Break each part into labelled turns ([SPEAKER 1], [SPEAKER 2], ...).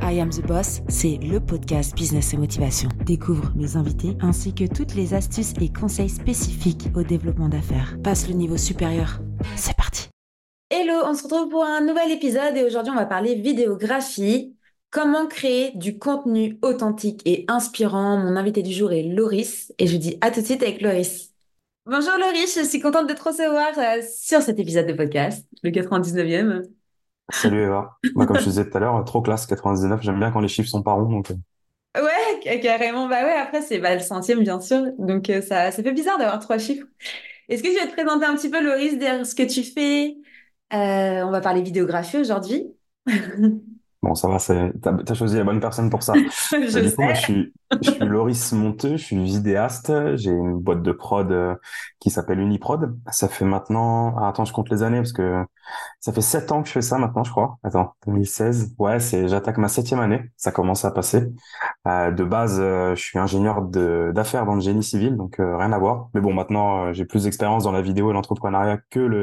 [SPEAKER 1] I Am The Boss, c'est le podcast Business et Motivation. Découvre mes invités ainsi que toutes les astuces et conseils spécifiques au développement d'affaires. Passe le niveau supérieur. C'est parti. Hello, on se retrouve pour un nouvel épisode et aujourd'hui on va parler vidéographie. Comment créer du contenu authentique et inspirant. Mon invité du jour est Loris et je vous dis à tout de suite avec Loris. Bonjour Loris, je suis contente de te recevoir sur cet épisode de podcast, le 99e.
[SPEAKER 2] Salut Eva. Comme je te disais tout à l'heure, trop classe 99. J'aime bien quand les chiffres sont pas ronds.
[SPEAKER 1] Ouais, carrément. Bah ouais, après, c'est le centième, bien sûr. Donc, ça fait bizarre d'avoir trois chiffres. Est-ce que tu vas te présenter un petit peu, Loris, dire ce que tu fais? On va parler vidéographie aujourd'hui.
[SPEAKER 2] Bon, ça va, t'as choisi la bonne personne pour ça.
[SPEAKER 1] Je
[SPEAKER 2] Du coup, moi,
[SPEAKER 1] sais.
[SPEAKER 2] je suis Loris Monteux, je suis vidéaste. J'ai une boîte de prod qui s'appelle Uniprod. Ça fait maintenant, attends, je compte les années parce que ça fait 7 ans que je fais ça maintenant, je crois. Attends, 2016. Ouais, j'attaque ma 7e année. Ça commence à passer. De base, je suis ingénieur d'affaires dans le génie civil, donc rien à voir. Mais bon, maintenant, j'ai plus d'expérience dans la vidéo et l'entrepreneuriat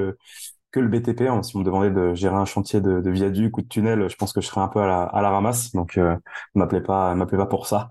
[SPEAKER 2] que le BTP. Si on me demandait de gérer un chantier de viaduc ou de tunnel, je pense que je serais un peu à la ramasse. Donc, m'appelez pas pour ça.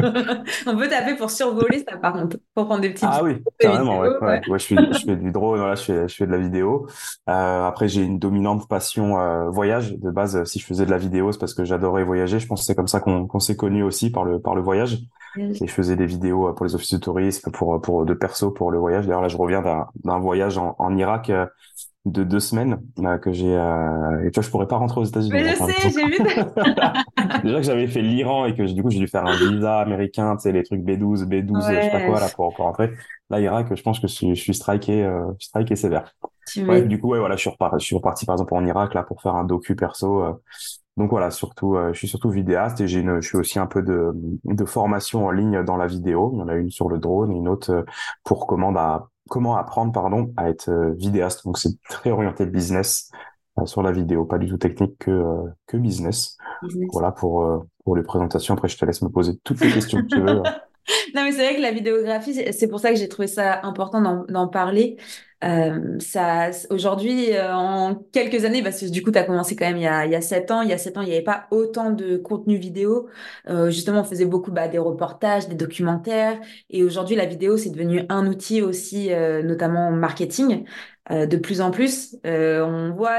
[SPEAKER 1] On peut taper pour survoler ça, par contre, pour prendre des petites
[SPEAKER 2] Ah oui, carrément, ouais,
[SPEAKER 1] vidéos. Ouais.
[SPEAKER 2] ouais, ouais. Je fais du drone, voilà, je fais de la vidéo. Après, j'ai une dominante passion voyage. De base, si je faisais de la vidéo, c'est parce que j'adorais voyager. Je pense que c'est comme ça qu'on s'est connus aussi par le voyage. Et je faisais des vidéos pour les offices de tourisme, pour de perso, pour le voyage. D'ailleurs, là, je reviens d'un voyage en Irak de 2 semaines que j'ai. Et tu vois, je pourrais pas rentrer aux États-Unis.
[SPEAKER 1] Mais je
[SPEAKER 2] Donc, hein.
[SPEAKER 1] sais, j'ai vu ça.
[SPEAKER 2] Déjà que j'avais fait l'Iran et que du coup j'ai dû faire un visa américain, tu sais, les trucs B12, B12, je sais pas
[SPEAKER 1] Ouais,
[SPEAKER 2] quoi là pour rentrer. Là, Irak, je pense que je suis striké sévère.
[SPEAKER 1] tu
[SPEAKER 2] Bref,
[SPEAKER 1] mets.
[SPEAKER 2] du coup, ouais, voilà, je suis reparti par exemple en Irak là pour faire un docu perso. Donc voilà, surtout, je suis surtout vidéaste et je suis aussi un peu de formation en ligne dans la vidéo. Il y en a une sur le drone et une autre pour comment apprendre, pardon, à être vidéaste. Donc c'est très orienté business sur la vidéo, pas du tout technique que business.
[SPEAKER 1] Business.
[SPEAKER 2] Voilà pour les présentations. Après, je te laisse me poser toutes les questions que tu veux.
[SPEAKER 1] Non, mais c'est vrai que la vidéographie, c'est pour ça que j'ai trouvé ça important d'en parler. Aujourd'hui, en quelques années, parce que du coup, tu as commencé quand même il y a 7 ans. Il y a 7 ans, il n'y avait pas autant de contenu vidéo. Justement, on faisait beaucoup des reportages, des documentaires. Et aujourd'hui, la vidéo, c'est devenu un outil aussi, notamment en marketing. De plus en plus, on voit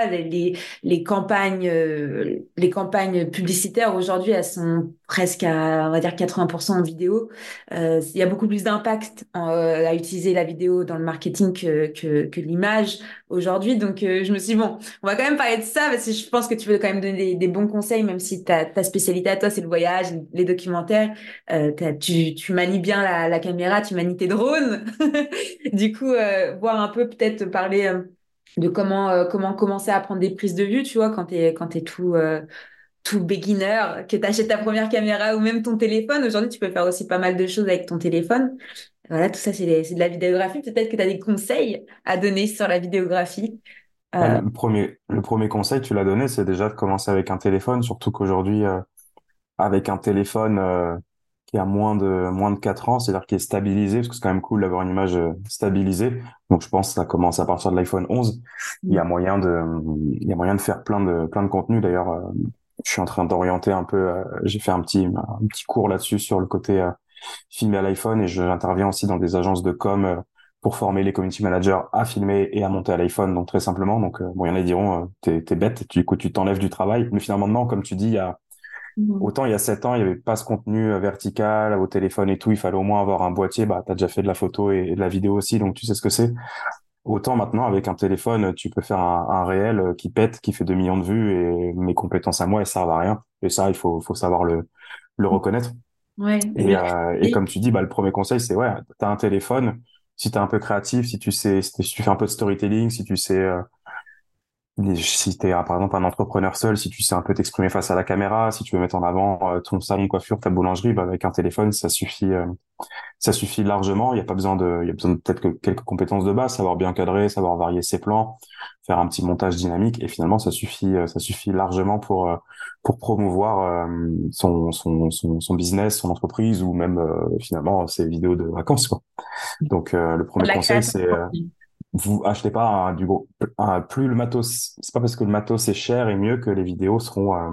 [SPEAKER 1] les campagnes publicitaires aujourd'hui, elles sont presque à, on va dire, 80% en vidéo. Il y a beaucoup plus d'impact à utiliser la vidéo dans le marketing que l'image aujourd'hui. Donc, je me suis dit, bon, on va quand même parler de ça parce que je pense que tu veux quand même donner des bons conseils, même si ta spécialité à toi, c'est le voyage, les documentaires. Tu manies bien la caméra, tu manies tes drones. Du coup, voir un peu, peut-être parler de comment commencer à prendre des prises de vue, tu vois, quand t'es tout beginner, que tu achètes ta première caméra ou même ton téléphone. Aujourd'hui, tu peux faire aussi pas mal de choses avec ton téléphone. Voilà, tout ça, c'est de la vidéographie. Peut-être que tu as des conseils à donner sur la vidéographie. Euh,
[SPEAKER 2] Le premier conseil, tu l'as donné, c'est déjà de commencer avec un téléphone, surtout qu'aujourd'hui, avec un téléphone qui a moins de 4 ans, c'est-à-dire qui est stabilisé, parce que c'est quand même cool d'avoir une image stabilisée. Donc je pense que ça commence à partir de l'iPhone 11. Il y a moyen de faire plein de contenus. D'ailleurs, je suis en train d'orienter un peu. J'ai fait un petit cours là-dessus sur le côté filmer à l'iPhone et j'interviens aussi dans des agences de com. Pour former les community managers à filmer et à monter à l'iPhone, donc très simplement. Donc, bon, il y en a qui diront, t'es bête, du coup, tu t'enlèves du travail. Mais finalement, non, comme tu dis, autant il y a 7 ans, il n'y avait pas ce contenu vertical au téléphone et tout. Il fallait au moins avoir un boîtier. Bah, t'as déjà fait de la photo et de la vidéo aussi, donc tu sais ce que c'est. Autant maintenant, avec un téléphone, tu peux faire un réel qui pète, qui fait 2 millions de vues et mes compétences à moi, elles servent à rien. Et ça, faut savoir le reconnaître.
[SPEAKER 1] ouais, et bien.
[SPEAKER 2] Et comme tu dis, bah, le premier conseil, c'est ouais, t'as un téléphone. Si t'es un peu créatif, si tu fais un peu de storytelling, si tu sais, si t'es par exemple un entrepreneur seul, si tu sais un peu t'exprimer face à la caméra, si tu veux mettre en avant ton salon de coiffure, ta boulangerie, bah, avec un téléphone, ça suffit largement. Il y a besoin de peut-être que quelques compétences de base, savoir bien cadrer, savoir varier ses plans, faire un petit montage dynamique, et finalement, ça suffit largement pour promouvoir son business, son entreprise, ou même finalement ses vidéos de vacances, quoi. Donc, le
[SPEAKER 1] De
[SPEAKER 2] premier
[SPEAKER 1] la
[SPEAKER 2] conseil,
[SPEAKER 1] création de
[SPEAKER 2] c'est
[SPEAKER 1] contenu.
[SPEAKER 2] vous achetez pas du gros, plus le matos, c'est pas parce que le matos est cher et mieux que les vidéos seront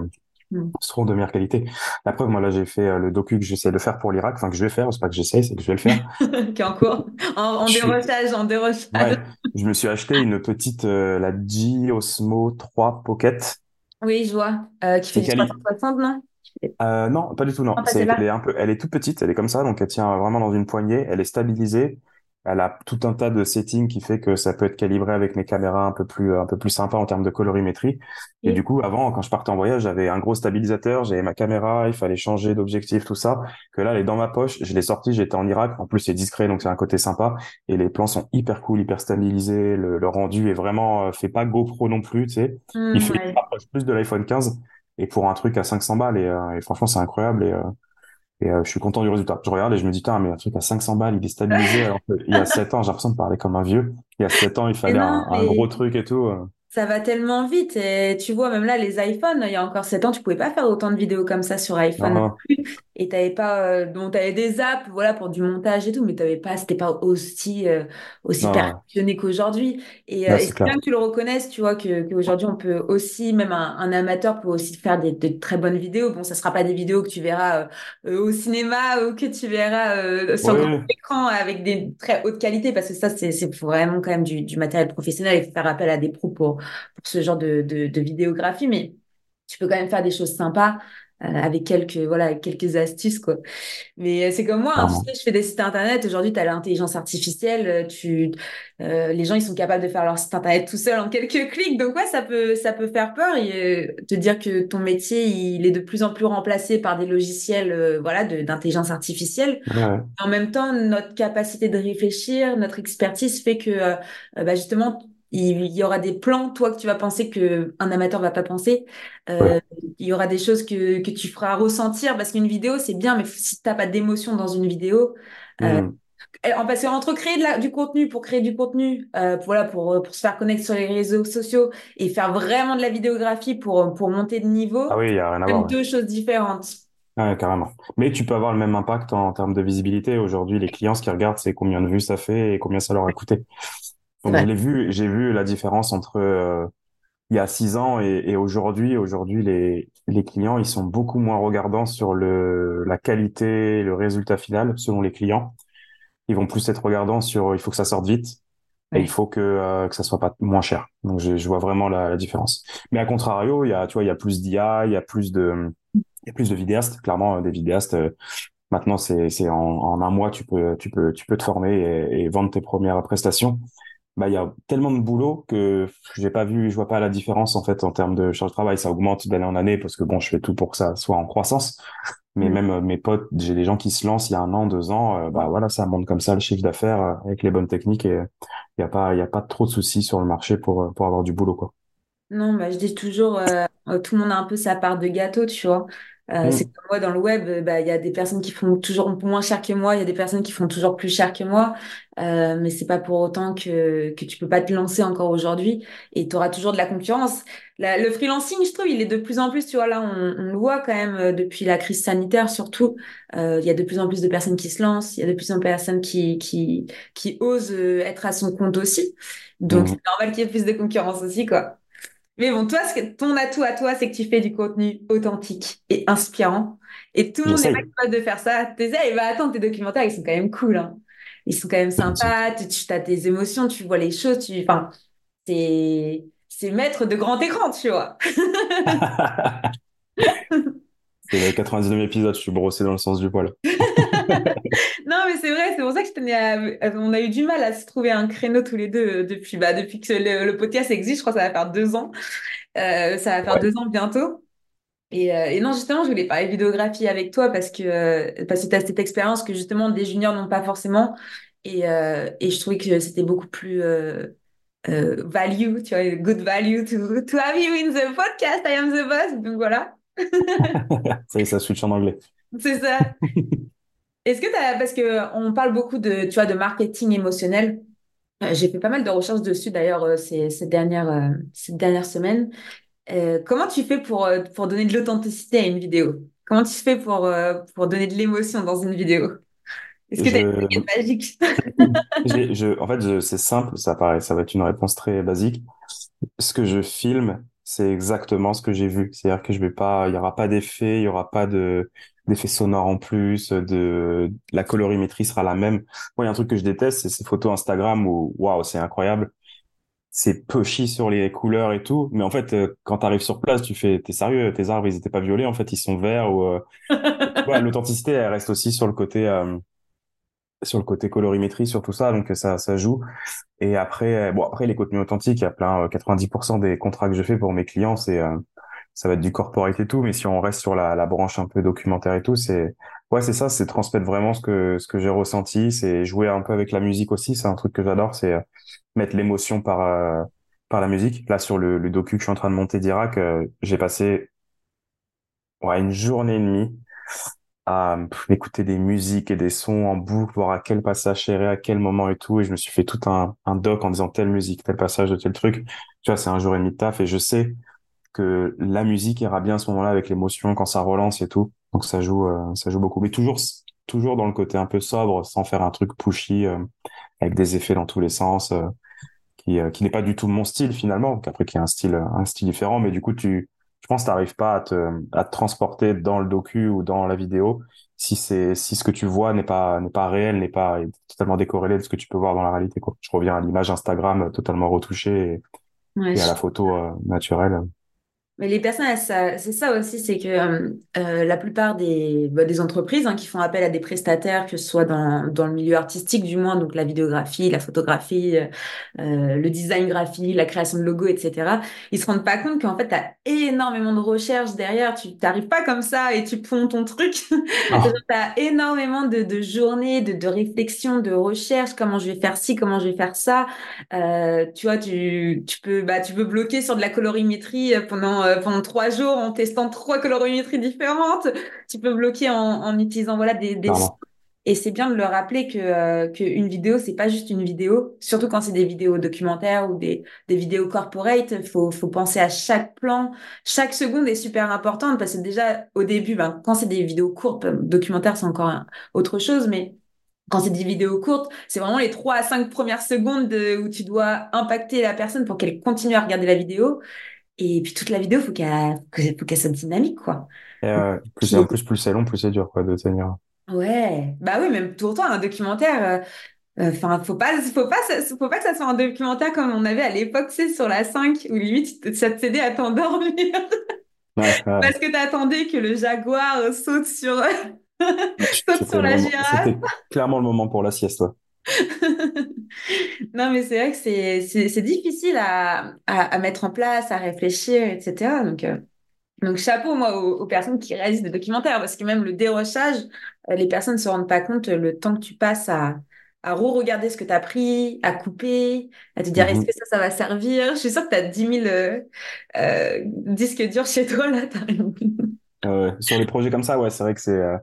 [SPEAKER 1] Mm.
[SPEAKER 2] seront de meilleure qualité. La preuve, moi là, j'ai fait le docu que j'essaie de faire pour l'Irak, enfin que je vais faire, c'est pas que j'essaie, c'est que je vais le faire.
[SPEAKER 1] Qui est en cours, en
[SPEAKER 2] Je suis,
[SPEAKER 1] dérochage, en dérochage.
[SPEAKER 2] ouais, je me suis acheté une petite, la G Osmo 3 Pocket.
[SPEAKER 1] Oui, je vois. Qui fait
[SPEAKER 2] C'est
[SPEAKER 1] du
[SPEAKER 2] quali.
[SPEAKER 1] 360, non?
[SPEAKER 2] Non, pas du tout, non.
[SPEAKER 1] Non, pas celle-là.
[SPEAKER 2] Elle est toute petite, elle est comme ça, donc elle tient vraiment dans une poignée, elle est stabilisée. Elle a tout un tas de settings qui fait que ça peut être calibré avec mes caméras un peu plus sympa en termes de colorimétrie. Et du
[SPEAKER 1] Ok.
[SPEAKER 2] coup, avant, quand je partais en voyage, j'avais un gros stabilisateur, j'avais ma caméra, il fallait changer d'objectif, tout ça. Que là, elle est dans ma poche, je l'ai sortie, j'étais en Irak. En plus, c'est discret, donc c'est un côté sympa. Et les plans sont hyper cool, hyper stabilisés. Le rendu est vraiment, fait pas GoPro non plus, tu sais. Il se
[SPEAKER 1] Ouais.
[SPEAKER 2] rapproche plus de l'iPhone 15 et pour un truc à 500 balles et franchement c'est incroyable je suis content du résultat. Je regarde et je me dis putain mais un truc à 500 balles il est stabilisé alors qu'il y a 7 ans j'ai l'impression de parler comme un vieux. Il y a 7 ans il
[SPEAKER 1] Et
[SPEAKER 2] fallait
[SPEAKER 1] non,
[SPEAKER 2] un gros
[SPEAKER 1] mais
[SPEAKER 2] truc et tout.
[SPEAKER 1] ça va tellement vite. Et tu vois, même là, les iPhones, il y a encore 7 ans, tu pouvais pas faire autant de vidéos comme ça sur
[SPEAKER 2] Non,
[SPEAKER 1] iPhone non
[SPEAKER 2] non,
[SPEAKER 1] plus. Et t'avais pas, donc t'avais des apps, voilà, pour du montage et tout, mais t'avais pas, c'était pas aussi
[SPEAKER 2] non, non,
[SPEAKER 1] perfectionné qu'aujourd'hui.
[SPEAKER 2] là
[SPEAKER 1] Et
[SPEAKER 2] c'est
[SPEAKER 1] c'est
[SPEAKER 2] clair.
[SPEAKER 1] bien que tu le reconnaisses, tu vois, qu'aujourd'hui, on peut aussi, même un amateur peut aussi faire de très bonnes vidéos. Bon, ça sera pas des vidéos que tu verras au cinéma ou que tu verras sur grand
[SPEAKER 2] Oui,
[SPEAKER 1] écran avec des très hautes qualités, parce que ça, c'est vraiment quand même du matériel professionnel. Il faut faire appel à des pros pour ce genre de vidéographie, mais tu peux quand même faire des choses sympas avec avec quelques astuces, quoi. Mais c'est comme moi, hein, tu
[SPEAKER 2] clairement.
[SPEAKER 1] sais, je fais des sites internet. Aujourd'hui, tu as l'intelligence artificielle. Les gens, ils sont capables de faire leur site internet tout seuls en quelques clics. Donc, ouais, ça peut faire peur et te dire que ton métier, il est de plus en plus remplacé par des logiciels, voilà, d'intelligence artificielle.
[SPEAKER 2] Ouais, ouais.
[SPEAKER 1] En même temps, notre capacité de réfléchir, notre expertise fait que, bah justement, il y aura des plans, toi, que tu vas penser que un amateur va pas penser.
[SPEAKER 2] Ouais.
[SPEAKER 1] Il y aura des choses que tu feras ressentir parce qu'une vidéo, c'est bien, mais si t'as pas d'émotion dans une vidéo, euh,
[SPEAKER 2] Hmm.
[SPEAKER 1] parce qu'entre créer du contenu pour créer du contenu, voilà, pour se faire connaître sur les réseaux sociaux et faire vraiment de la vidéographie pour monter de
[SPEAKER 2] Ah
[SPEAKER 1] niveau,
[SPEAKER 2] oui il y a rien à
[SPEAKER 1] c'est
[SPEAKER 2] voir
[SPEAKER 1] même
[SPEAKER 2] ouais.
[SPEAKER 1] deux choses différentes.
[SPEAKER 2] Ouais, carrément. Mais tu peux avoir le même impact en termes de visibilité. Aujourd'hui, les clients, ce qu'ils regardent, c'est combien de vues ça fait et combien ça leur a coûté.
[SPEAKER 1] C'est
[SPEAKER 2] Donc,
[SPEAKER 1] vrai.
[SPEAKER 2] j'ai vu la différence entre il y a 6 ans et aujourd'hui. Aujourd'hui, les clients, ils sont beaucoup moins regardants sur la qualité, le résultat final, selon les clients. Ils vont plus être regardants sur, il faut que ça sorte vite et il
[SPEAKER 1] Ouais.
[SPEAKER 2] faut que ça soit pas moins cher. Donc, je vois vraiment la différence. Mais à contrario, tu vois, il y a plus d'IA, il y a plus de vidéastes. Clairement, des vidéastes, maintenant, c'est en un mois, tu peux te former et vendre tes premières prestations. Bah, il y a tellement de boulot que je vois pas la différence, en fait, en termes de charge de travail. Ça augmente d'année en année parce que bon, je fais tout pour que ça soit en croissance. Mais
[SPEAKER 1] Mm.
[SPEAKER 2] même mes potes, j'ai des gens qui se lancent il y a 1 an, 2 ans, bah voilà, ça monte comme ça le chiffre d'affaires avec les bonnes techniques et il y a pas trop de soucis sur le marché pour avoir du boulot, quoi.
[SPEAKER 1] Non, bah, je dis toujours, tout le monde a un peu sa part de gâteau, tu vois. C'est
[SPEAKER 2] Hmm.
[SPEAKER 1] comme moi dans le web, bah, il y a des personnes qui font toujours moins cher que moi, il y a des personnes qui font toujours plus cher que moi, mais c'est pas pour autant que tu peux pas te lancer encore aujourd'hui et tu auras toujours de la concurrence. Le freelancing, je trouve, il est de plus en plus, tu vois, là, on le voit quand même depuis la crise sanitaire surtout, il y a de plus en plus de personnes qui se lancent, il y a de plus en plus de personnes qui osent être à son compte aussi. Donc,
[SPEAKER 2] Hmm.
[SPEAKER 1] c'est normal qu'il y ait plus de concurrence aussi, quoi. Mais bon, toi, ton atout à toi, c'est que tu fais du contenu authentique et inspirant. Et tout le monde n'est pas
[SPEAKER 2] J'essaye.
[SPEAKER 1] capable de faire ça. T'essayes, bah attends, tes documentaires, ils sont quand même cool, hein. Ils sont quand même
[SPEAKER 2] C'est gentil.
[SPEAKER 1] sympas, tu as tes émotions, tu vois les choses, enfin, c'est maître de grand écran, tu vois.
[SPEAKER 2] C'est le 99e épisode, je suis brossé dans le sens du poil.
[SPEAKER 1] Non, mais c'est vrai, c'est pour ça que on a eu du mal à se trouver un créneau tous les deux depuis que le podcast existe, je crois que ça va faire 2 ans. Ça va faire
[SPEAKER 2] Ouais.
[SPEAKER 1] 2 ans bientôt. Et non, justement, je voulais parler vidéographie avec toi parce que tu as cette expérience que justement des juniors n'ont pas forcément. Et je trouvais que c'était beaucoup plus value, tu vois, good value to have you in the podcast. I am the boss. Donc voilà,
[SPEAKER 2] Ça y est, ça switch en anglais.
[SPEAKER 1] c'est ça. Est-ce que parce que on parle beaucoup tu vois, de marketing émotionnel. J'ai fait pas mal de recherches dessus d'ailleurs ces dernières semaines. Comment tu fais pour donner de l'authenticité à une vidéo? Comment tu fais pour donner de l'émotion dans une vidéo? Est-ce que tu as une
[SPEAKER 2] Je,
[SPEAKER 1] baguette magique?
[SPEAKER 2] en fait, c'est simple, ça paraît, ça va être une réponse très basique. Ce que je filme, c'est exactement ce que j'ai vu. C'est-à-dire que je vais pas, il y aura pas d'effet, il y aura pas d'effet sonore en plus, la colorimétrie sera la même. Moi, il y a un truc que je déteste, c'est ces photos Instagram où, waouh, c'est incroyable. C'est pushy sur les couleurs et tout. Mais en fait, quand tu arrives sur place, tu fais, t'es sérieux, tes arbres, ils étaient pas violets, en fait, ils sont verts ou, tu vois, l'authenticité, elle reste aussi sur le côté colorimétrie, sur tout ça. Donc, ça joue. Et après, bon, après, les contenus authentiques, il y a plein, 90% des contrats que je fais pour mes clients, ça va être du corporate et tout. Mais si on reste sur la branche un peu documentaire et tout, ouais, c'est ça, c'est transmettre vraiment ce que j'ai ressenti. C'est jouer un peu avec la musique aussi. C'est un truc que j'adore, c'est mettre l'émotion par la musique. Là, sur le docu que je suis en train de monter d'Irak, j'ai passé, ouais, une journée et demie à écouter des musiques et des sons en boucle, voir à quel passage serrer, à quel moment et tout. Et je me suis fait tout un doc en disant telle musique, tel passage de tel truc. Tu vois, c'est un jour et demi de taf et je sais que la musique ira bien à ce moment-là avec l'émotion quand ça relance et tout. Donc ça joue beaucoup. Mais toujours dans le côté un peu sobre, sans faire un truc pushy, avec des effets dans tous les sens, qui n'est pas du tout mon style finalement. Donc après, qui a un style différent. Mais du coup, je pense que t'arrives pas à te transporter dans le docu ou dans la vidéo si ce que tu vois n'est pas réel, n'est pas est totalement décorrélé de ce que tu peux voir dans la réalité, quoi. Je reviens à l'image Instagram totalement retouchée
[SPEAKER 1] Ouais,
[SPEAKER 2] et à la photo, naturelle.
[SPEAKER 1] mais les personnes, c'est ça aussi, c'est que la plupart des entreprises qui font appel à des prestataires, que ce soit dans le milieu artistique du moins, donc la vidéographie, la photographie, le design graphique, la création de logos, etc., ils se rendent pas compte qu'en fait, tu as énormément de recherches derrière. Tu t'arrives pas comme ça et tu ponds ton truc. Tu
[SPEAKER 2] Ah,
[SPEAKER 1] as énormément de journées, de réflexion, de recherche, comment je vais faire ci, comment je vais faire ça. Tu vois, tu peux bloquer sur de la colorimétrie pendant 3 jours en testant 3 colorimétries différentes. Tu peux bloquer en utilisant voilà des sons.
[SPEAKER 2] clairement.
[SPEAKER 1] Et c'est bien de le rappeler qu'une vidéo, c'est pas juste une vidéo, surtout quand c'est des vidéos documentaires ou des vidéos corporate. Faut penser à chaque plan. Chaque seconde est super importante parce que déjà, au début, ben, quand c'est des vidéos courtes, documentaires, c'est encore autre chose, mais quand c'est des vidéos courtes, c'est vraiment les 3 à 5 premières secondes où tu dois impacter la personne pour qu'elle continue à regarder la vidéo. Et puis toute la vidéo, faut qu'elle soit dynamique, quoi.
[SPEAKER 2] Et,
[SPEAKER 1] Puis,
[SPEAKER 2] en plus, plus c'est long, plus c'est dur, quoi, de tenir.
[SPEAKER 1] ouais, bah oui, même tout le temps, un documentaire. Enfin, faut pas que ça soit un documentaire comme on avait à l'époque, tu sais, sur la 5 où limite ça te t'aidait à t'endormir
[SPEAKER 2] Ouais, ouais.
[SPEAKER 1] parce que t'attendais que le jaguar saute sur
[SPEAKER 2] Ouais,
[SPEAKER 1] saute sur la girafe.
[SPEAKER 2] c'était clairement le moment pour la sieste, ouais.
[SPEAKER 1] Non, mais c'est vrai que c'est difficile à mettre en place, à réfléchir, etc. Donc chapeau, moi, aux personnes qui réalisent des documentaires, parce que même le dérochage, les personnes ne se rendent pas compte le temps que tu passes à re-regarder ce que tu as pris, à couper, à te dire est-ce que
[SPEAKER 2] Mhm.
[SPEAKER 1] ça va servir? Je suis sûre que tu as 10 000 disques durs chez toi, là.
[SPEAKER 2] Sur les projets comme ça, ouais, c'est vrai que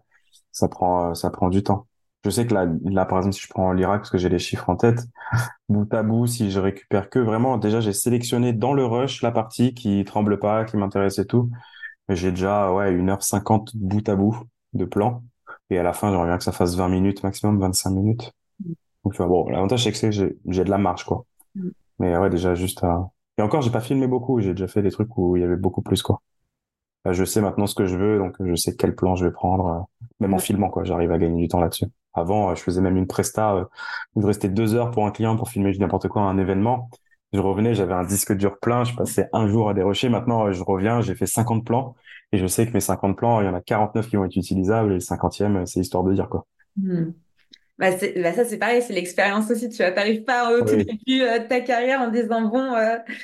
[SPEAKER 2] ça prend du temps. Je sais que là, par exemple, si je prends l'Irak, parce que j'ai les chiffres en tête, bout à bout, si je récupère que vraiment, déjà, j'ai sélectionné dans le rush la partie qui tremble pas, qui m'intéresse et tout. Mais j'ai déjà, ouais, 1h50 bout à bout de plan. Et à la fin, j'aimerais bien que ça fasse 20 minutes maximum, 25 minutes. Donc, tu vois, bon, l'avantage, c'est que j'ai de la marge, quoi. Mais ouais, déjà, juste à... Et encore, j'ai pas filmé beaucoup. J'ai déjà fait des trucs où il y avait beaucoup plus, quoi. Je sais maintenant ce que je veux, donc je sais quel plan je vais prendre, même en filmant, quoi. J'arrive à gagner du temps là-dessus. Avant, je faisais même une presta où je restais 2 heures pour un client pour filmer n'importe quoi, un événement. Je revenais, j'avais un disque dur plein, je passais un jour à dérocher. Maintenant, je reviens, j'ai fait 50 plans et je sais que mes 50 plans, il y en a 49 qui vont être utilisables et le 50e, c'est histoire de dire, quoi.
[SPEAKER 1] Hmm. Bah, ça, c'est pareil, c'est l'expérience aussi. Tu vois, t'arrives pas au tout
[SPEAKER 2] Oui,
[SPEAKER 1] début de ta carrière en disant, bon,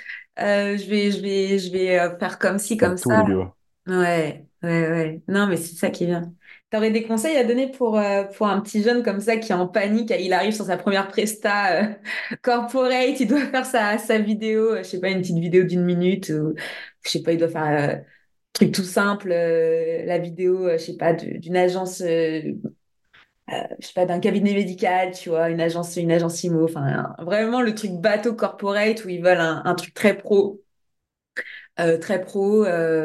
[SPEAKER 1] je vais faire comme ci,
[SPEAKER 2] comme
[SPEAKER 1] comme
[SPEAKER 2] tout au
[SPEAKER 1] ça.
[SPEAKER 2] début, ouais.
[SPEAKER 1] Ouais. Non, mais c'est ça qui est bien. T'aurais des conseils à donner pour un petit jeune comme ça qui est en panique, il arrive sur sa première presta corporate, il doit faire sa vidéo, je sais pas, une petite vidéo d'1 minute, ou je sais pas, il doit faire truc tout simple, la vidéo, je sais pas, d'une agence, je sais pas, d'un cabinet médical, tu vois, une agence IMO, enfin, vraiment le truc bateau corporate où ils veulent un truc très pro, très pro.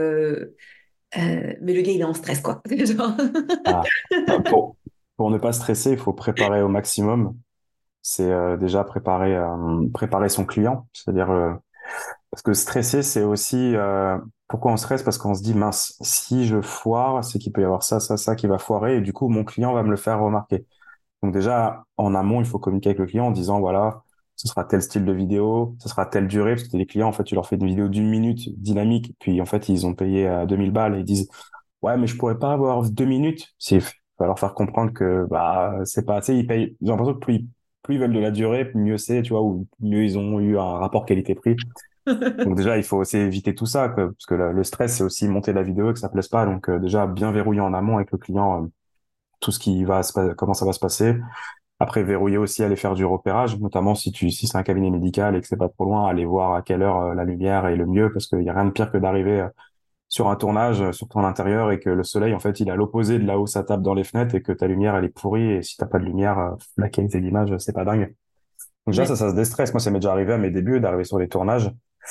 [SPEAKER 1] Mais le gars, il est en stress, quoi. Genre...
[SPEAKER 2] Ah. Bah, pour ne pas stresser, il faut préparer au maximum. C'est déjà préparer son client, c'est-à-dire Parce que stresser, c'est aussi pourquoi on stresse? Parce qu'on se dit mince, si je foire, c'est qu'il peut y avoir ça, ça, ça qui va foirer et du coup mon client va me le faire remarquer. Donc déjà en amont, il faut communiquer avec le client en disant voilà, ce sera tel style de vidéo, ce sera telle durée parce que les clients en fait, tu leur fais une vidéo d'une minute dynamique, puis en fait ils ont payé 2000 balles et ils disent ouais mais je pourrais pas avoir 2 minutes. C'est va leur faire comprendre que bah c'est pas assez, ils payent. J'ai l'impression que plus ils veulent de la durée, mieux c'est, tu vois, ou mieux ils ont eu un rapport qualité-prix. Donc déjà, il faut aussi éviter tout ça, quoi, parce que le stress, c'est aussi monter la vidéo et que ça plaise pas. Donc déjà, bien verrouiller en amont avec le client tout ce qui va comment ça va se passer. Après, verrouiller aussi, aller faire du repérage, notamment si c'est un cabinet médical et que c'est pas trop loin, aller voir à quelle heure la lumière est le mieux, parce qu'il y a rien de pire que d'arriver sur un tournage, surtout en intérieur, et que le soleil, en fait, il est à l'opposé de là où ça tape dans les fenêtres et que ta lumière, elle est pourrie. Et si t'as pas de lumière, la qualité de l'image, c'est pas dingue. Donc déjà,
[SPEAKER 1] Ouais.
[SPEAKER 2] ça se déstresse. Moi, ça m'est déjà arrivé à mes débuts d'arriver sur les tournages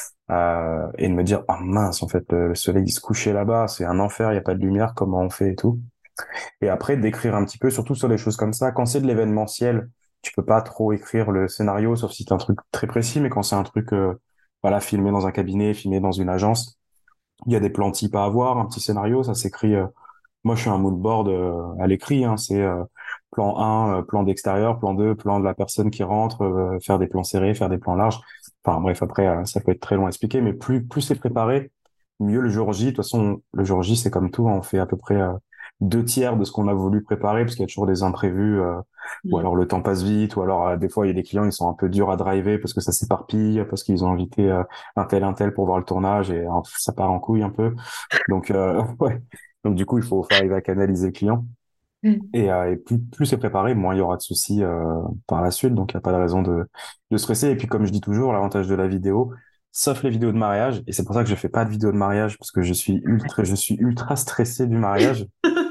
[SPEAKER 2] et de me dire ah mince en fait le soleil il se couchait là-bas, c'est un enfer, il y a pas de lumière, comment on fait et tout. Et après d'écrire un petit peu, surtout sur des choses comme ça, quand c'est de l'événementiel, tu peux pas trop écrire le scénario sauf si c'est un truc très précis, mais quand c'est un truc voilà, filmé dans un cabinet, filmé dans une agence, il y a des plans types à avoir, un petit scénario, ça s'écrit moi, je suis un mood board à l'écrit, hein, c'est plan 1, plan d'extérieur, plan 2, plan de la personne qui rentre, faire des plans serrés, faire des plans larges. Enfin bref, après, ça peut être très long à expliquer, mais plus c'est préparé, mieux le jour J. De toute façon, le jour J, c'est comme tout, hein, on fait à peu près 2 tiers de ce qu'on a voulu préparer, parce qu'il y a toujours des imprévus, ou
[SPEAKER 1] Mm.
[SPEAKER 2] alors le temps passe vite, ou alors des fois, il y a des clients, ils sont un peu durs à driver parce que ça s'éparpille, parce qu'ils ont invité un tel pour voir le tournage, et ça part en couille un peu. Donc, ouais. Donc, du coup, faut arriver à canaliser le client.
[SPEAKER 1] Mm.
[SPEAKER 2] Et plus c'est préparé, moins il y aura de soucis par la suite. Donc, il n'y a pas de raison de stresser. Et puis, comme je dis toujours, l'avantage de la vidéo, sauf les vidéos de mariage, et c'est pour ça que je fais pas de vidéo de mariage, parce que je suis ultra stressé du mariage.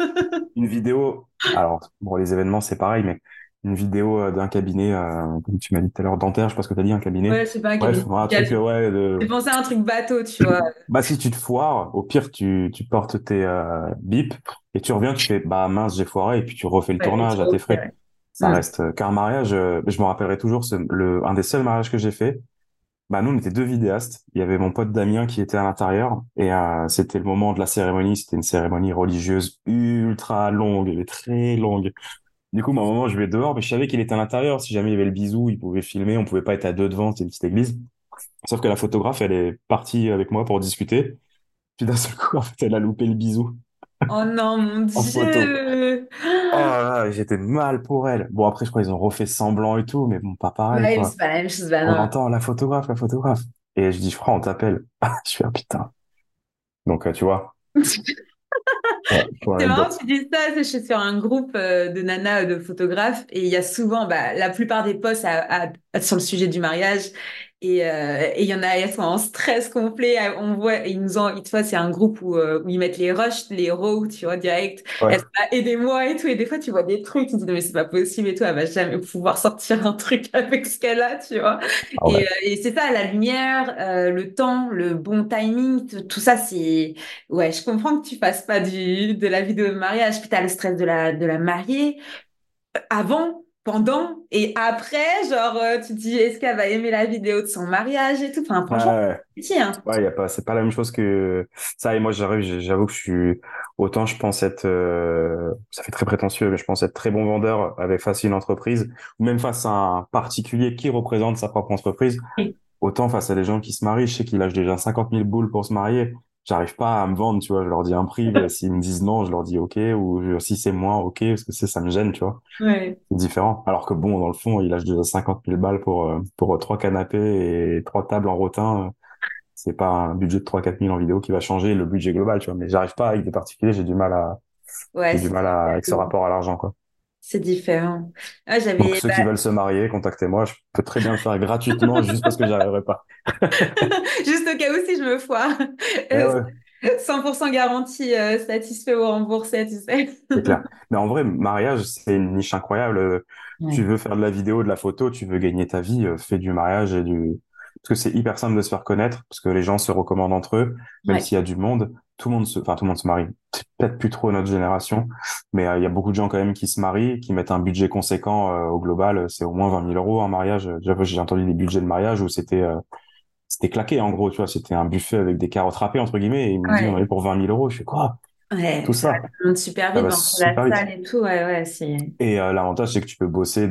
[SPEAKER 2] Une vidéo, alors, bon, les événements, c'est pareil, mais une vidéo d'un cabinet, comme tu m'as dit tout à l'heure, dentaire, je sais pas ce que tu as dit, un cabinet.
[SPEAKER 1] Ouais, je sais pas, un
[SPEAKER 2] Bref,
[SPEAKER 1] cabinet
[SPEAKER 2] un truc,
[SPEAKER 1] médical.
[SPEAKER 2] ouais,
[SPEAKER 1] J'ai pensé à un truc bateau, tu vois.
[SPEAKER 2] bah, si tu te foires, au pire, tu portes tes bips et tu reviens, tu fais, bah mince, j'ai foiré, et puis tu refais le
[SPEAKER 1] Ouais, et
[SPEAKER 2] tournage à
[SPEAKER 1] trop,
[SPEAKER 2] tes
[SPEAKER 1] ok,
[SPEAKER 2] frais.
[SPEAKER 1] ouais.
[SPEAKER 2] Ça
[SPEAKER 1] Mm.
[SPEAKER 2] reste qu'un mariage, je me rappellerai toujours, un des seuls mariages que j'ai fait. Bah, nous, on était deux vidéastes. Il y avait mon pote Damien qui était à l'intérieur et c'était le moment de la cérémonie. C'était une cérémonie religieuse ultra longue, elle est très longue. Du coup, moi, à un moment, je vais dehors, mais je savais qu'il était à l'intérieur. Si jamais il y avait le bisou, il pouvait filmer. On pouvait pas être à deux devant, c'était une petite église. Sauf que la photographe, elle est partie avec moi pour discuter. Puis d'un seul coup, en fait, elle a loupé le bisou
[SPEAKER 1] Oh non, mon
[SPEAKER 2] en photo.
[SPEAKER 1] Dieu!
[SPEAKER 2] Oh là là, j'étais mal pour elle. Bon, après, je crois qu'ils ont refait semblant et tout, mais bon, pas pareil,
[SPEAKER 1] Ouais, mais
[SPEAKER 2] quoi.
[SPEAKER 1] c'est pas la même chose, bah
[SPEAKER 2] On
[SPEAKER 1] non.
[SPEAKER 2] entend la photographe, la photographe. Et je dis, je crois, on t'appelle. Je fais, ah, putain. Donc, tu vois, pour
[SPEAKER 1] C'est marrant
[SPEAKER 2] l'anecdote.
[SPEAKER 1] que tu dis ça, je suis sur un groupe de nanas, de photographes, et il y a souvent, bah, la plupart des posts sur le sujet du mariage, et il y en a, elles sont en stress complet, on voit, ils nous ont, tu vois, c'est un groupe où ils mettent les rushs, les raws, tu vois, direct,
[SPEAKER 2] Ouais.
[SPEAKER 1] elles sont là, aidez-moi et tout, et des fois tu vois des trucs, tu te dis, non, mais c'est pas possible et tout, elle va jamais pouvoir sortir un truc avec ce qu'elle a, tu vois.
[SPEAKER 2] Ah ouais.
[SPEAKER 1] Et c'est ça, la lumière, le temps, le bon timing, tout ça, c'est... Ouais, je comprends que tu fasses pas de la vidéo de mariage, puis t'as le stress de la mariée avant, pendant et après, genre tu te dis est-ce qu'elle va aimer la vidéo de son mariage et tout. Enfin,
[SPEAKER 2] Ouais,
[SPEAKER 1] franchement,
[SPEAKER 2] ouais.
[SPEAKER 1] c'est petit, hein.
[SPEAKER 2] Ouais, y a pas, c'est pas la même chose que ça. Et moi, j'avoue que autant je pense être, ça fait très prétentieux, mais je pense être très bon vendeur avec face à une entreprise, ou même face à un particulier qui représente sa propre entreprise.
[SPEAKER 1] Oui.
[SPEAKER 2] Autant face à des gens qui se marient, je sais qu'ils lâchent déjà 50 000 boules pour se marier. J'arrive pas à me vendre, tu vois. Je leur dis un prix, s'ils me disent non, je leur dis ok, ou si c'est moins, ok, parce que ça me gêne, tu vois.
[SPEAKER 1] Ouais,
[SPEAKER 2] C'est différent. Alors que bon, dans le fond, ils lâchent déjà 50 000 balles pour 3 canapés et 3 tables en rotin. C'est pas un budget de 3 4 000 en vidéo qui va changer le budget global, tu vois. Mais j'arrive pas avec des particuliers,
[SPEAKER 1] ouais,
[SPEAKER 2] j'ai du mal avec ce rapport à l'argent, quoi.
[SPEAKER 1] c'est différent. Ah,
[SPEAKER 2] Donc
[SPEAKER 1] j'avais
[SPEAKER 2] ceux qui veulent se marier, contactez-moi. Je peux très bien le faire gratuitement juste parce que j'y arriverai pas.
[SPEAKER 1] juste au cas où si je me foire.
[SPEAKER 2] Eh
[SPEAKER 1] Euh,
[SPEAKER 2] ouais.
[SPEAKER 1] 100% garantie, satisfait ou remboursé, tu sais.
[SPEAKER 2] C'est clair. Mais en vrai, mariage, c'est une niche incroyable. Tu
[SPEAKER 1] Ouais,
[SPEAKER 2] veux faire de la vidéo, de la photo, tu veux gagner ta vie, fais du mariage et du... Parce que c'est hyper simple de se faire connaître, parce que les gens se recommandent entre eux, même
[SPEAKER 1] ouais,
[SPEAKER 2] s'il y a du monde, enfin, tout le monde se marie. C'est peut-être plus trop notre génération, mais il y a beaucoup de gens quand même qui se marient, qui mettent un budget conséquent au global. C'est au moins 20 000 euros un mariage. Déjà, j'ai entendu des budgets de mariage où c'était c'était claqué, en gros, tu vois. C'était un buffet avec des carottes râpées, entre guillemets, et ils m'ont dit, on
[SPEAKER 1] Ouais.
[SPEAKER 2] avait pour 20 000 euros. Je fais quoi?
[SPEAKER 1] Ouais,
[SPEAKER 2] Tout
[SPEAKER 1] ça
[SPEAKER 2] ça?
[SPEAKER 1] monte super
[SPEAKER 2] Ça
[SPEAKER 1] vite
[SPEAKER 2] va
[SPEAKER 1] bah, entre la
[SPEAKER 2] super vite.
[SPEAKER 1] salle et tout. Ouais, ouais, c'est.
[SPEAKER 2] Et l'avantage, c'est que tu peux bosser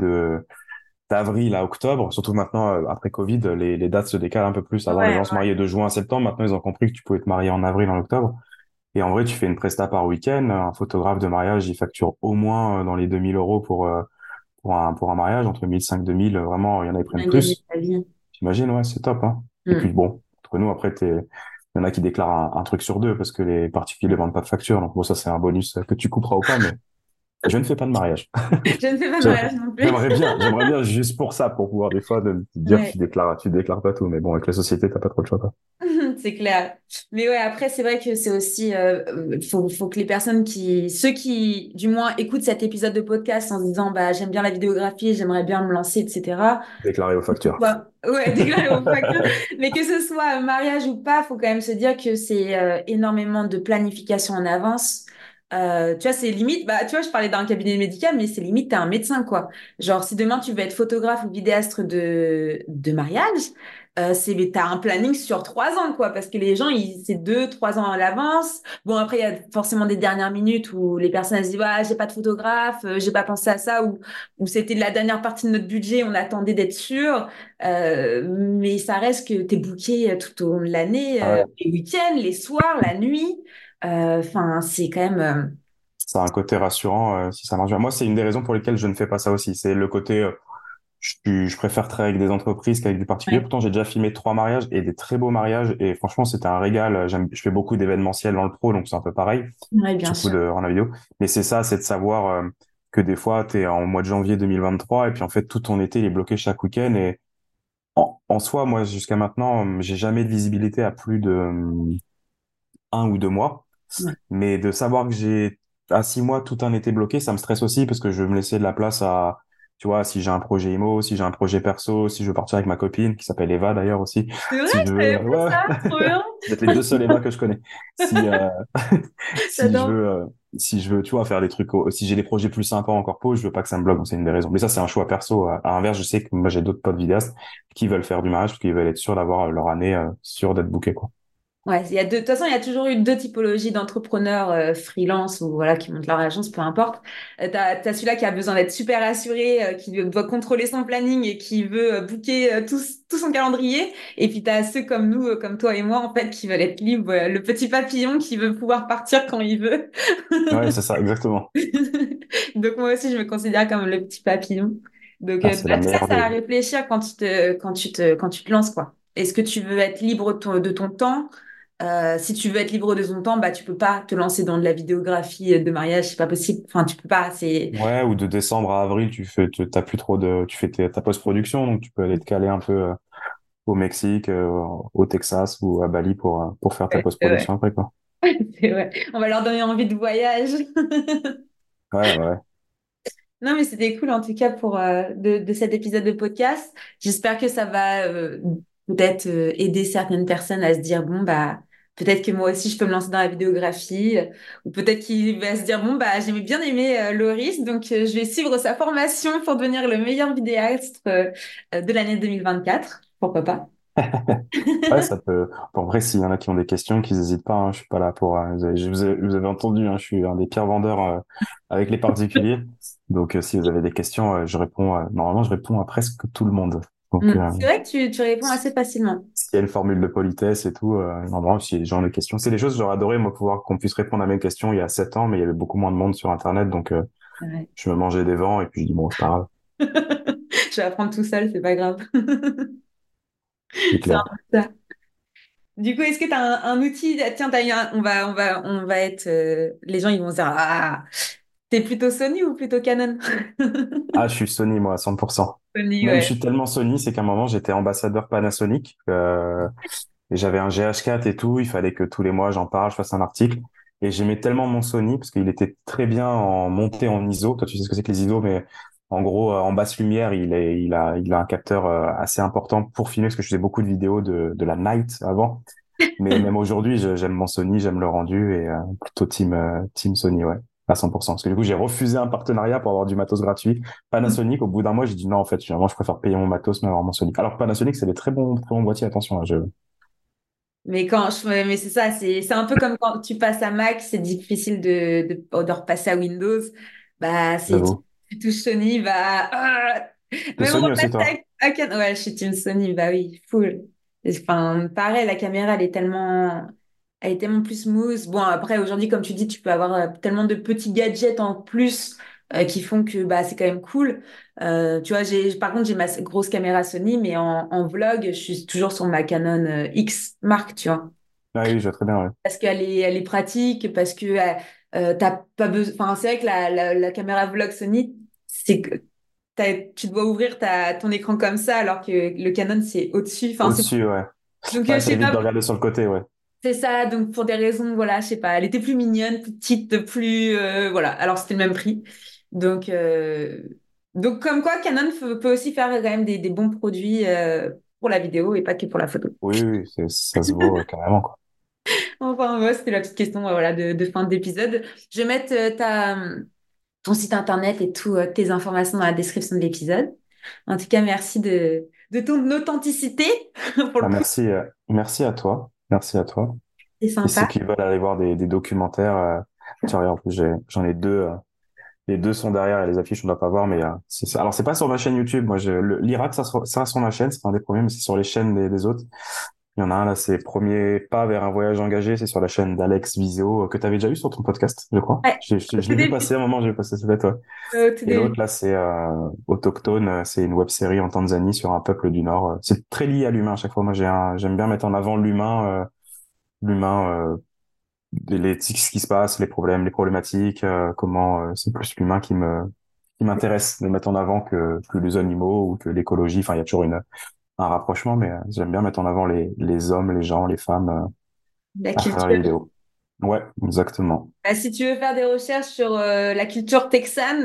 [SPEAKER 2] d'avril à octobre. Surtout maintenant, après Covid, les dates se décalent un peu plus. Avant, les
[SPEAKER 1] Ouais,
[SPEAKER 2] gens se mariaient de juin à septembre. Maintenant, ils ont compris que tu pouvais te marier en avril, en octobre. Et en vrai, tu fais une presta par week-end. Un photographe de mariage, il facture au moins dans les 2 000 € pour un mariage, entre 1 500 et 2 000. Vraiment, il y en a qui prennent
[SPEAKER 1] bien gagner
[SPEAKER 2] plus.
[SPEAKER 1] sa vie.
[SPEAKER 2] J'imagine, ouais, c'est top, hein. Et puis
[SPEAKER 1] Hmm.
[SPEAKER 2] bon, entre nous, après, il y en a qui déclarent un truc sur deux parce que les particuliers vendent pas de facture. Donc bon, ça, c'est un bonus que tu couperas ou pas, mais je ne fais pas de mariage.
[SPEAKER 1] Je ne fais pas de
[SPEAKER 2] J'aimerais
[SPEAKER 1] mariage non plus.
[SPEAKER 2] j'aimerais bien juste pour ça, pour pouvoir des fois te dire
[SPEAKER 1] Ouais.
[SPEAKER 2] tu déclares pas tout. Mais bon, avec la société, t'as pas trop le choix, quoi.
[SPEAKER 1] C'est clair. Mais ouais, après, c'est vrai que c'est aussi, faut que les personnes ceux qui, du moins, écoutent cet épisode de podcast en se disant, bah, j'aime bien la vidéographie, j'aimerais bien me lancer, etc.
[SPEAKER 2] Déclarer aux factures.
[SPEAKER 1] Ouais, déclarer aux factures. Mais que ce soit un mariage ou pas, faut quand même se dire que c'est énormément de planification en avance. Tu vois, c'est limite, bah, tu vois, je parlais d'un cabinet médical, mais c'est limite, t'es un médecin, quoi. Genre, si demain tu veux être photographe ou vidéaste de mariage, t'as un planning sur 3 ans, quoi, parce que les gens, c'est 2, 3 ans à l'avance. Bon, après, il y a forcément des dernières minutes où les personnes elles se disent, ouais, j'ai pas de photographe, j'ai pas pensé à ça, ou c'était la dernière partie de notre budget, on attendait d'être sûr. Mais ça reste que t'es booké tout au long de l'année,
[SPEAKER 2] Ah ouais.
[SPEAKER 1] les week-ends, les soirs, la nuit. Enfin, c'est quand même.
[SPEAKER 2] Ça a un côté rassurant si ça marche bien. Moi, c'est une des raisons pour lesquelles je ne fais pas ça aussi. C'est le côté, je préfère travailler avec des entreprises qu'avec du particulier.
[SPEAKER 1] Ouais,
[SPEAKER 2] Pourtant, j'ai déjà filmé 3 mariages et des très beaux mariages. Et franchement, c'était un régal. Je fais beaucoup d'événementiels dans le pro, donc c'est un peu pareil,
[SPEAKER 1] ouais, bien
[SPEAKER 2] surtout
[SPEAKER 1] sûr.
[SPEAKER 2] en la vidéo. Mais c'est ça, c'est de savoir que des fois, tu es en mois de janvier 2023 et puis en fait, tout ton été, il est bloqué chaque week-end. Et en soi, moi, jusqu'à maintenant, j'ai jamais de visibilité à plus de 1 ou 2 mois.
[SPEAKER 1] Ouais.
[SPEAKER 2] Mais de savoir que j'ai à 6 mois tout un été bloqué, ça me stresse aussi parce que je veux me laisser de la place à, tu vois, si j'ai un projet IMO, si j'ai un projet perso, si je veux partir avec ma copine, qui s'appelle Eva d'ailleurs aussi,
[SPEAKER 1] C'est vrai,
[SPEAKER 2] si je
[SPEAKER 1] je
[SPEAKER 2] veux,
[SPEAKER 1] savais pas
[SPEAKER 2] ouais,
[SPEAKER 1] ça. Trop bien.
[SPEAKER 2] vous êtes les deux seuls Eva que je connais. Si, si je
[SPEAKER 1] J'adore.
[SPEAKER 2] veux, si je veux, tu vois, faire des trucs, si j'ai des projets plus sympas en corpo, je veux pas que ça me bloque, donc c'est une des raisons. Mais ça, c'est un choix perso. À l'inverse, je sais que moi, j'ai d'autres potes vidéastes qui veulent faire du mariage parce qu'ils veulent être sûrs d'avoir leur année, sûre d'être bookés, quoi.
[SPEAKER 1] Ouais, de toute façon, il y a toujours eu deux typologies d'entrepreneurs freelance ou voilà qui montent leur agence, peu importe. T'as celui-là qui a besoin d'être super assuré, qui doit contrôler son planning et qui veut booker tout son calendrier. Et puis t'as ceux comme nous, comme toi et moi, en fait, qui veulent être libres, le petit papillon qui veut pouvoir partir quand il veut.
[SPEAKER 2] Ouais, c'est ça, exactement.
[SPEAKER 1] Donc moi aussi, je me considère comme le petit papillon. Donc
[SPEAKER 2] Ah, c'est la
[SPEAKER 1] bah, tout ça,
[SPEAKER 2] meilleure
[SPEAKER 1] ça
[SPEAKER 2] des.
[SPEAKER 1] à réfléchir quand tu te lances, quoi. Est-ce que tu veux être libre de ton temps? Si tu veux être libre de ton temps, bah tu peux pas te lancer dans de la vidéographie de mariage, c'est pas possible. Enfin, tu peux pas. C'est
[SPEAKER 2] Ouais, ou de décembre à avril, t'as plus trop tu fais ta post-production, donc tu peux aller te caler un peu au Mexique, au Texas ou à Bali pour faire ta
[SPEAKER 1] ouais, c'est vrai.
[SPEAKER 2] post-production après, quoi.
[SPEAKER 1] C'est vrai. On va leur donner envie de voyage.
[SPEAKER 2] Ouais, ouais.
[SPEAKER 1] Non, mais c'était cool en tout cas pour de cet épisode de podcast. J'espère que ça va peut-être aider certaines personnes à se dire bon bah peut-être que moi aussi je peux me lancer dans la vidéographie ou peut-être qu'il va se dire bon bah j'aimais bien aimer Loris donc je vais suivre sa formation pour devenir le meilleur vidéaste de l'année 2024. Pourquoi pas?
[SPEAKER 2] Ouais, ça peut. En vrai, s'il y en a qui ont des questions, qu'ils n'hésitent pas, hein, je suis pas là pour. Vous avez entendu, hein, je suis un des pires vendeurs avec les particuliers. Donc, si vous avez des questions, je réponds. Normalement, je réponds à presque tout le monde. Donc,
[SPEAKER 1] C'est vrai que tu réponds assez facilement.
[SPEAKER 2] s'il y a une formule de politesse et tout, normalement, si les gens ont des questions, c'est des choses que j'aurais adoré, moi, pouvoir qu'on puisse répondre à mes questions il y a 7 ans, mais il y avait beaucoup moins de monde sur Internet, donc
[SPEAKER 1] Ouais.
[SPEAKER 2] je me mangeais des vents et puis je dis bon, c'est pas grave,
[SPEAKER 1] Je vais apprendre tout seul, c'est pas grave.
[SPEAKER 2] c'est
[SPEAKER 1] C'est un
[SPEAKER 2] clair.
[SPEAKER 1] peu ça. Du coup, est-ce que tu as un outil? Tiens, on va être. Les gens, ils vont se dire, ah, t'es plutôt Sony ou plutôt Canon?
[SPEAKER 2] Ah, je suis Sony, moi, à 100%.
[SPEAKER 1] Sony,
[SPEAKER 2] Même, je
[SPEAKER 1] ouais.
[SPEAKER 2] suis tellement Sony, c'est qu'à un moment, j'étais ambassadeur Panasonic, et j'avais un GH4 et tout, il fallait que tous les mois, j'en parle, je fasse un article. Et j'aimais tellement mon Sony, parce qu'il était très bien en montée en ISO. Toi, tu sais ce que c'est que les ISO, mais en gros, en basse lumière, il a un capteur assez important pour filmer, parce que je faisais beaucoup de vidéos de la night avant. Mais même aujourd'hui, j'aime mon Sony, j'aime le rendu et plutôt team Sony, ouais. à 100%. Parce que du coup, j'ai refusé un partenariat pour avoir du matos gratuit. Panasonic, au bout d'un mois, j'ai dit non, en fait, finalement, je préfère payer mon matos, mais avoir mon Sony. Alors que Panasonic, c'est des très bons boîtiers, attention, là,
[SPEAKER 1] Mais c'est ça, c'est un peu comme quand tu passes à Mac, c'est difficile de repasser à Windows. Bah,
[SPEAKER 2] j'avoue.
[SPEAKER 1] tu touches Sony, bah,
[SPEAKER 2] T'es
[SPEAKER 1] même
[SPEAKER 2] Sony aussi, toi?
[SPEAKER 1] repasser ouais, je suis team Sony, bah oui, full. Enfin, pareil, la caméra, elle est tellement plus smooth. Bon, après, aujourd'hui, comme tu dis, tu peux avoir tellement de petits gadgets en plus qui font que bah, c'est quand même cool. Tu vois, par contre, j'ai ma grosse caméra Sony, mais en vlog, je suis toujours sur ma Canon X Mark, tu vois.
[SPEAKER 2] Ah oui, je vois très bien, ouais.
[SPEAKER 1] Parce elle est pratique, parce que t'as pas besoin. Enfin, c'est vrai que la caméra vlog Sony, c'est que tu dois ouvrir ton écran comme ça, alors que le Canon, c'est au-dessus. Enfin,
[SPEAKER 2] Au-dessus, ouais.
[SPEAKER 1] donc,
[SPEAKER 2] Ouais,
[SPEAKER 1] je
[SPEAKER 2] ça
[SPEAKER 1] sais
[SPEAKER 2] évite
[SPEAKER 1] pas.
[SPEAKER 2] de regarder sur le côté, ouais.
[SPEAKER 1] C'est ça, donc pour des raisons, voilà, je sais pas, elle était plus mignonne, plus petite, plus, voilà, alors c'était le même prix. Donc, euh, donc comme quoi, Canon peut aussi faire quand même des bons produits pour la vidéo et pas que pour la photo.
[SPEAKER 2] Oui, oui, ça se vaut carrément, quoi.
[SPEAKER 1] Enfin, ouais, c'était la petite question, voilà, de fin d'épisode. Je vais mettre ton site internet et toutes tes informations dans la description de l'épisode. En tout cas, merci de ton authenticité, pour le
[SPEAKER 2] Bah,
[SPEAKER 1] coup,
[SPEAKER 2] merci à toi. Merci à toi.
[SPEAKER 1] c'est
[SPEAKER 2] Et ceux
[SPEAKER 1] sympa.
[SPEAKER 2] qui veulent aller voir des documentaires, tiens, regarde, en plus, j'en ai deux. Les deux sont derrière et les affiches, on ne doit pas voir, mais c'est ça. Alors, c'est pas sur ma chaîne YouTube. Moi, l'Irak, ça sur ma chaîne, c'est pas un des premiers, mais c'est sur les chaînes des autres. Il y en a un, là, c'est Premier pas vers un voyage engagé. C'est sur la chaîne d'Alex Viseo, que tu avais déjà eu sur ton podcast, je crois.
[SPEAKER 1] Ouais, au
[SPEAKER 2] Je
[SPEAKER 1] tout
[SPEAKER 2] l'ai vu
[SPEAKER 1] début.
[SPEAKER 2] passer à un moment, j'ai vu passer cette tête, ouais.
[SPEAKER 1] Au tout
[SPEAKER 2] Et
[SPEAKER 1] début.
[SPEAKER 2] l'autre, là, c'est Autochtone. C'est une web série en Tanzanie sur un peuple du Nord. C'est très lié à l'humain à chaque fois. Moi, j'aime bien mettre en avant l'humain, ce qui se passe, les problèmes, les problématiques, comment c'est plus l'humain qui m'intéresse de mettre en avant que les animaux ou que l'écologie. Enfin, il y a toujours un rapprochement, mais j'aime bien mettre en avant les hommes, les gens, les femmes
[SPEAKER 1] La
[SPEAKER 2] à travers les
[SPEAKER 1] culture.
[SPEAKER 2] vidéos. Ouais, exactement.
[SPEAKER 1] Bah, si tu veux faire des recherches sur la culture texane,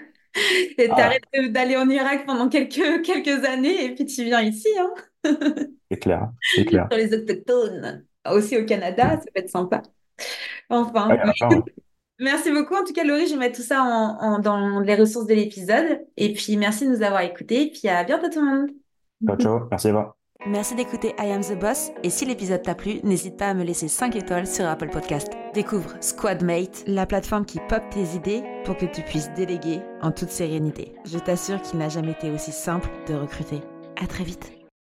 [SPEAKER 2] Ah,
[SPEAKER 1] t'arrêtes d'aller en Irak pendant quelques années et puis tu viens ici, hein,
[SPEAKER 2] c'est clair, c'est clair.
[SPEAKER 1] sur les autochtones. Aussi au Canada, ça peut être sympa.
[SPEAKER 2] Ah,
[SPEAKER 1] Enfin,
[SPEAKER 2] il y en a plein, ouais.
[SPEAKER 1] merci beaucoup. En tout cas, Laurie, je vais mettre tout ça dans les ressources de l'épisode. Et puis, merci de nous avoir écoutés. Et puis, à bientôt tout le monde.
[SPEAKER 2] Ciao, ciao. Merci Eva.
[SPEAKER 1] Merci d'écouter I Am The Boss et si l'épisode t'a plu, n'hésite pas à me laisser 5 étoiles sur Apple Podcast. Découvre Squadmate, la plateforme qui pop tes idées pour que tu puisses déléguer en toute sérénité. Je t'assure qu'il n'a jamais été aussi simple de recruter. À très vite.